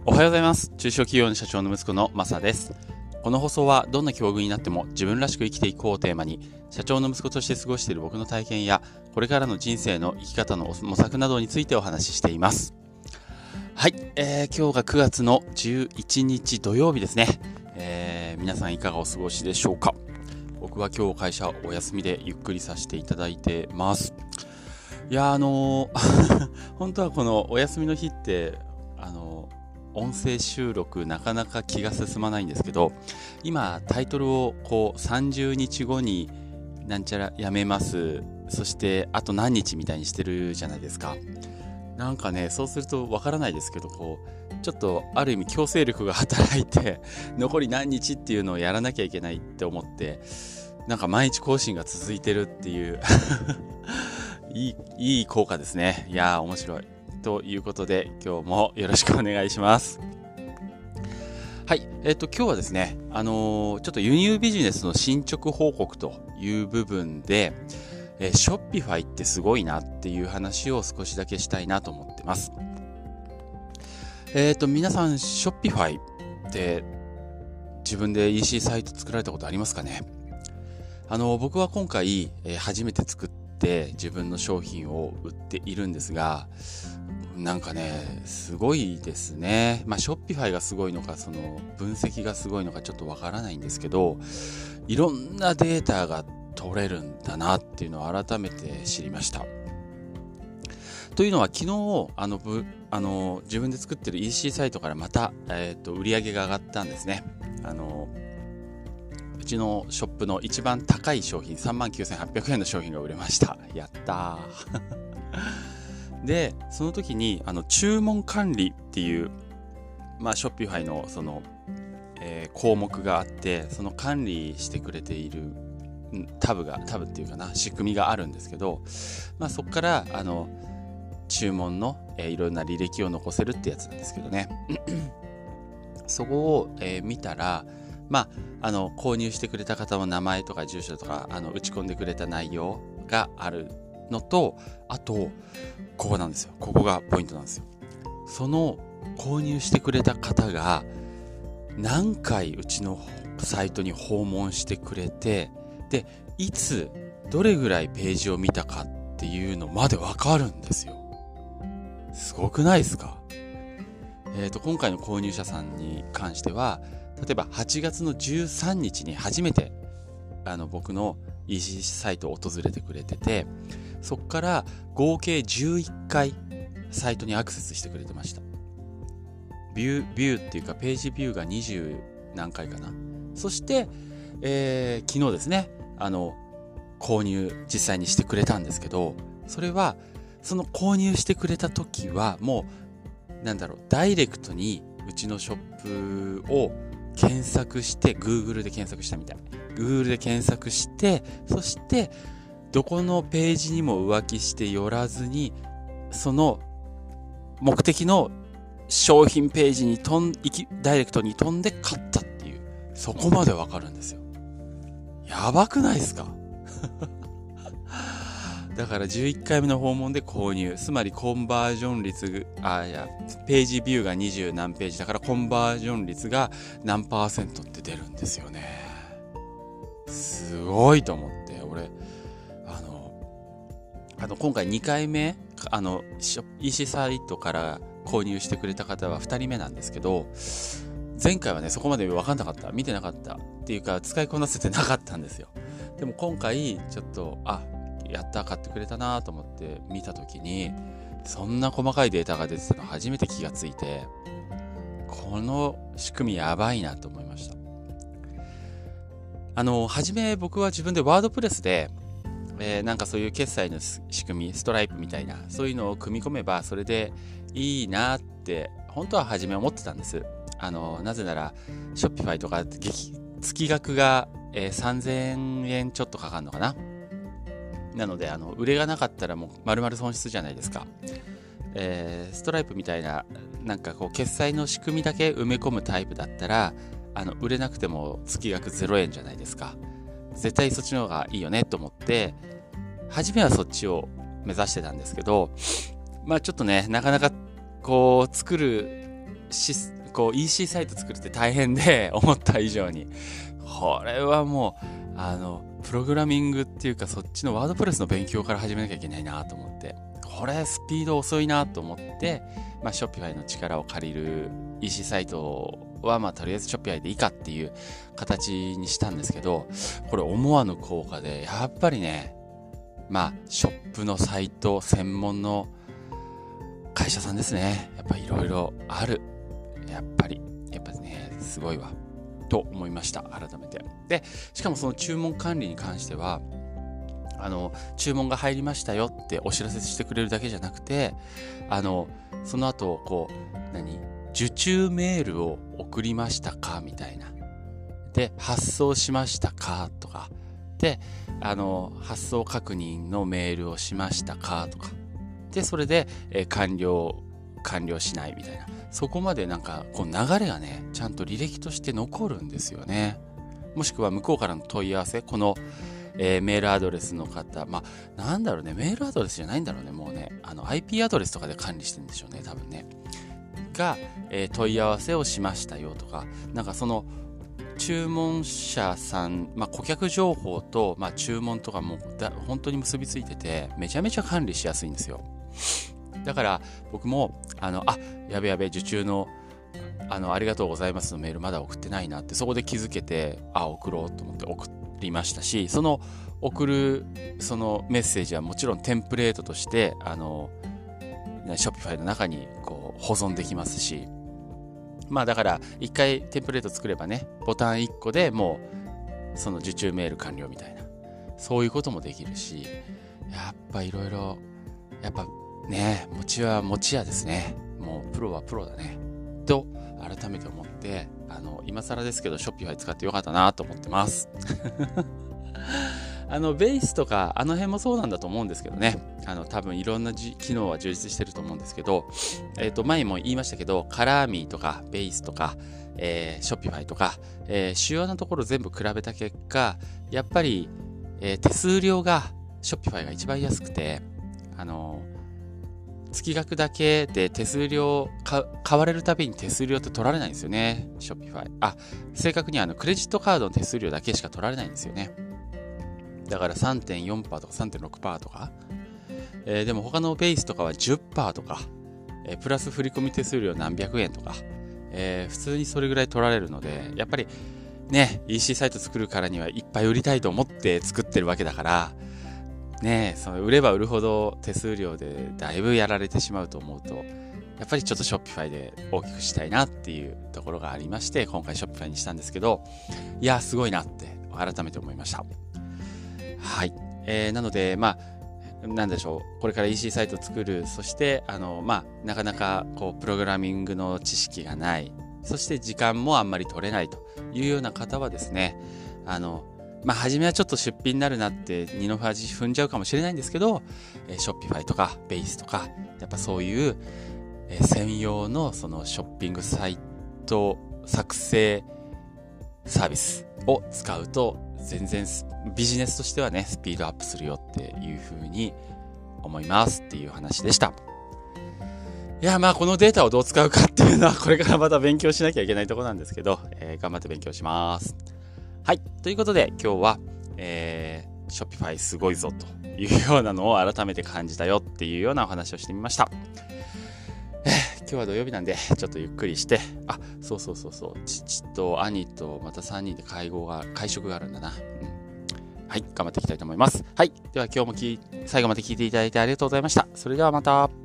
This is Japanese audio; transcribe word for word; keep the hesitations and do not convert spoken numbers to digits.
おはようございます。中小企業の社長の息子のマサです。この放送はどんな境遇になっても自分らしく生きていこうをテーマに、社長の息子として過ごしている僕の体験やこれからの人生の生き方の模索などについてお話ししています。はい、えー、今日がくがつのじゅういちにち土曜日ですね。えー、皆さんいかがお過ごしでしょうか。僕は今日会社お休みでゆっくりさせていただいてます。いやあのー、本当はこのお休みの日ってあのー音声収録なかなか気が進まないんですけど、今タイトルをこうさんじゅうにちごになんちゃらやめます、そしてあと何日みたいにしてるじゃないですか。なんかね、そうするとわからないですけど、こうちょっとある意味強制力が働いて残り何日っていうのをやらなきゃいけないって思って、なんか毎日更新が続いてるっていういいいい効果ですね。いやー面白いということで、今日もよろしくお願いします。はい、えっと今日はですね、あのー、ちょっと輸入ビジネスの進捗報告という部分で、えー、ショッピファイってすごいなっていう話を少しだけしたいなと思ってます。えっと皆さん、ショッピファイって自分で イーシー サイト作られたことありますかね。あのー、僕は今回、えー、初めて作って自分の商品を売っているんですが、なんかね、すごいですね。まあ、ショッピファイがすごいのか、その分析がすごいのかちょっとわからないんですけど、いろんなデータが取れるんだなっていうのを改めて知りました。というのは、昨日、あの、ぶあの自分で作ってる イーシー サイトからまた、えっと、売り上げが上がったんですね。あの、うちのショップの一番高い商品、さんまんきゅうせんはっぴゃくえんの商品が売れました。やったー。で、その時にあの注文管理っていう、まあ、ショッピファイのその、えー、項目があって、その管理してくれているタブがタブっていうかな仕組みがあるんですけど、まあ、そこからあの注文の、えー、いろんな履歴を残せるってやつなんですけどねそこを、えー、見たら、まあ、あの購入してくれた方の名前とか住所とかあの打ち込んでくれた内容があるのと、あとここなんですよ。ここがポイントなんですよ。その購入してくれた方が何回うちのサイトに訪問してくれて、でいつどれぐらいページを見たかっていうのまでわかるんですよ。すごくないですか？えーと今回の購入者さんに関しては、例えばはちがつのじゅうさんにちに初めてあの僕の イーシー サイトを訪れてくれてて、そこから合計じゅういっかいサイトにアクセスしてくれてました。ビュー、ビューっていうかページビューがにじゅう何回かな。そして、えー、昨日ですね、あの、購入実際にしてくれたんですけど、それは、その購入してくれた時はもう、なんだろう、ダイレクトにうちのショップを検索して、Google で検索したみたい。Google で検索して、そして、どこのページにも浮気して寄らずに、その目的の商品ページに飛んダイレクトに飛んで買ったっていう、そこまでわかるんですよ。やばくないですか？だからじゅういっかいめの訪問で購入、つまりコンバージョン率、あいやページビューがにじゅう何ページだからコンバージョン率が何パーセントって出るんですよね。すごいと思って俺。あの今回にかいめあの イーシー サイトから購入してくれた方はふたりめなんですけど、前回はねそこまで分かんなかった、見てなかったっていうか使いこなせてなかったんですよ。でも今回ちょっとあやった買ってくれたなと思って見た時に、そんな細かいデータが出てたの初めて気がついて、この仕組みやばいなと思いました。あの初め僕は自分でワードプレスでえー、なんかそういう決済の仕組み、ストライプみたいなそういうのを組み込めばそれでいいなって本当は初め思ってたんです。あのなぜならショッピファイとか月額が、えー、さんぜんえんちょっとかかるのかな。なのであの売れがなかったらもう丸々損失じゃないですか。えー、ストライプみたいななんかこう決済の仕組みだけ埋め込むタイプだったらあの売れなくても月額ゼロえんじゃないですか。絶対そっちの方がいいよねと思って初めはそっちを目指してたんですけど、まあちょっとねなかなかこう作るしこう イーシー サイト作るって大変で、思った以上にこれはもうあのプログラミングっていうか、そっちのワードプレスの勉強から始めなきゃいけないなと思って、これスピード遅いなと思って、まあ、Shopify の力を借りる イーシー サイトはまあとりあえず Shopify でいいかっていう形にしたんですけど、これ思わぬ効果で、やっぱりね、まあショップのサイト専門の会社さんですね、やっぱりいろいろある、やっぱりやっぱりね、すごいわと思いました、改めて。でしかもその注文管理に関しては、あの注文が入りましたよってお知らせしてくれるだけじゃなくて、あのその後こう何受注メールを送りましたかみたいな、で発送しましたかとかで、あの発送確認のメールをしましたかとかで、それで、えー、完了完了しないみたいな、そこまでなんかこう流れがね、ちゃんと履歴として残るんですよね。もしくは向こうからの問い合わせ、このえー、メールアドレスの方、まあなんだろうね、メールアドレスじゃないんだろうね、もうね、あの アイピー アドレスとかで管理してるんでしょうね、多分ね。が、えー、問い合わせをしましたよとか、なんかその注文者さん、まあ、顧客情報と、まあ、注文とかもだ本当に結びついてて、めちゃめちゃ管理しやすいんですよ。だから僕もあのあやべやべ受注のあのありがとうございますのメールまだ送ってないなって、そこで気づけて、あ送ろうと思って送りましたし、その送るそのメッセージはもちろんテンプレートとしてあのShopify の中にこう保存できますし、まあだから一回テンプレート作ればね、ボタンいっこでもうその受注メール完了みたいな、そういうこともできるし、やっぱいろいろやっぱね、持ちは持ちやですね。もうプロはプロだねと改めて思って、あの今更ですけど Shopify 使ってよかったなと思ってますあのベースとかあの辺もそうなんだと思うんですけどね、あの多分いろんな機能は充実してると思うんですけど、えっと前も言いましたけど、カラーミーとかベースとか、えー、Shopify とか、えー、主要なところ全部比べた結果、やっぱり、えー、手数料が Shopify が一番安くて、あの月額だけで手数料か買われるたびに手数料って取られないんですよね、Shopify。あ、正確にはあのクレジットカードの手数料だけしか取られないんですよね。だから さんてんよんパーセント とか さんてんろくパーセント とか、えー、でも他のベースとかは じゅっパーセント とか、えー、プラス振込手数料何百円とか、えー、普通にそれぐらい取られるので、やっぱりね イーシー サイト作るからにはいっぱい売りたいと思って作ってるわけだからね、その売れば売るほど手数料でだいぶやられてしまうと思うと、やっぱりちょっと Shopify で大きくしたいなっていうところがありまして、今回 Shopify にしたんですけど、いやすごいなって改めて思いました。はい、えー、なのでまあなんでしょう、これから イーシー サイトを作る、そしてあのまあなかなかこうプログラミングの知識がない、そして時間もあんまり取れないというような方はですね、あのまあ初めはちょっと出費になるなって二の端踏んじゃうかもしれないんですけど、えー、Shopify とか Base とかやっぱそういう、えー、専用のそのショッピングサイト作成サービスを使うと全然ビジネスとしてはねスピードアップするよっていう風に思いますっていう話でした。いやまあこのデータをどう使うかっていうのはこれからまた勉強しなきゃいけないところなんですけど、えー、頑張って勉強します。はい、ということで今日は、えー、Shopify すごいぞというようなのを改めて感じたよっていうようなお話をしてみました。えー、今日は土曜日なんでちょっとゆっくりして、あ、そうそうそうそう、父と兄とまたさんにんで会合が会食があるんだな、うん、はい、頑張っていきたいと思います。はい、では今日もき最後まで聞いていただいてありがとうございました。それではまた。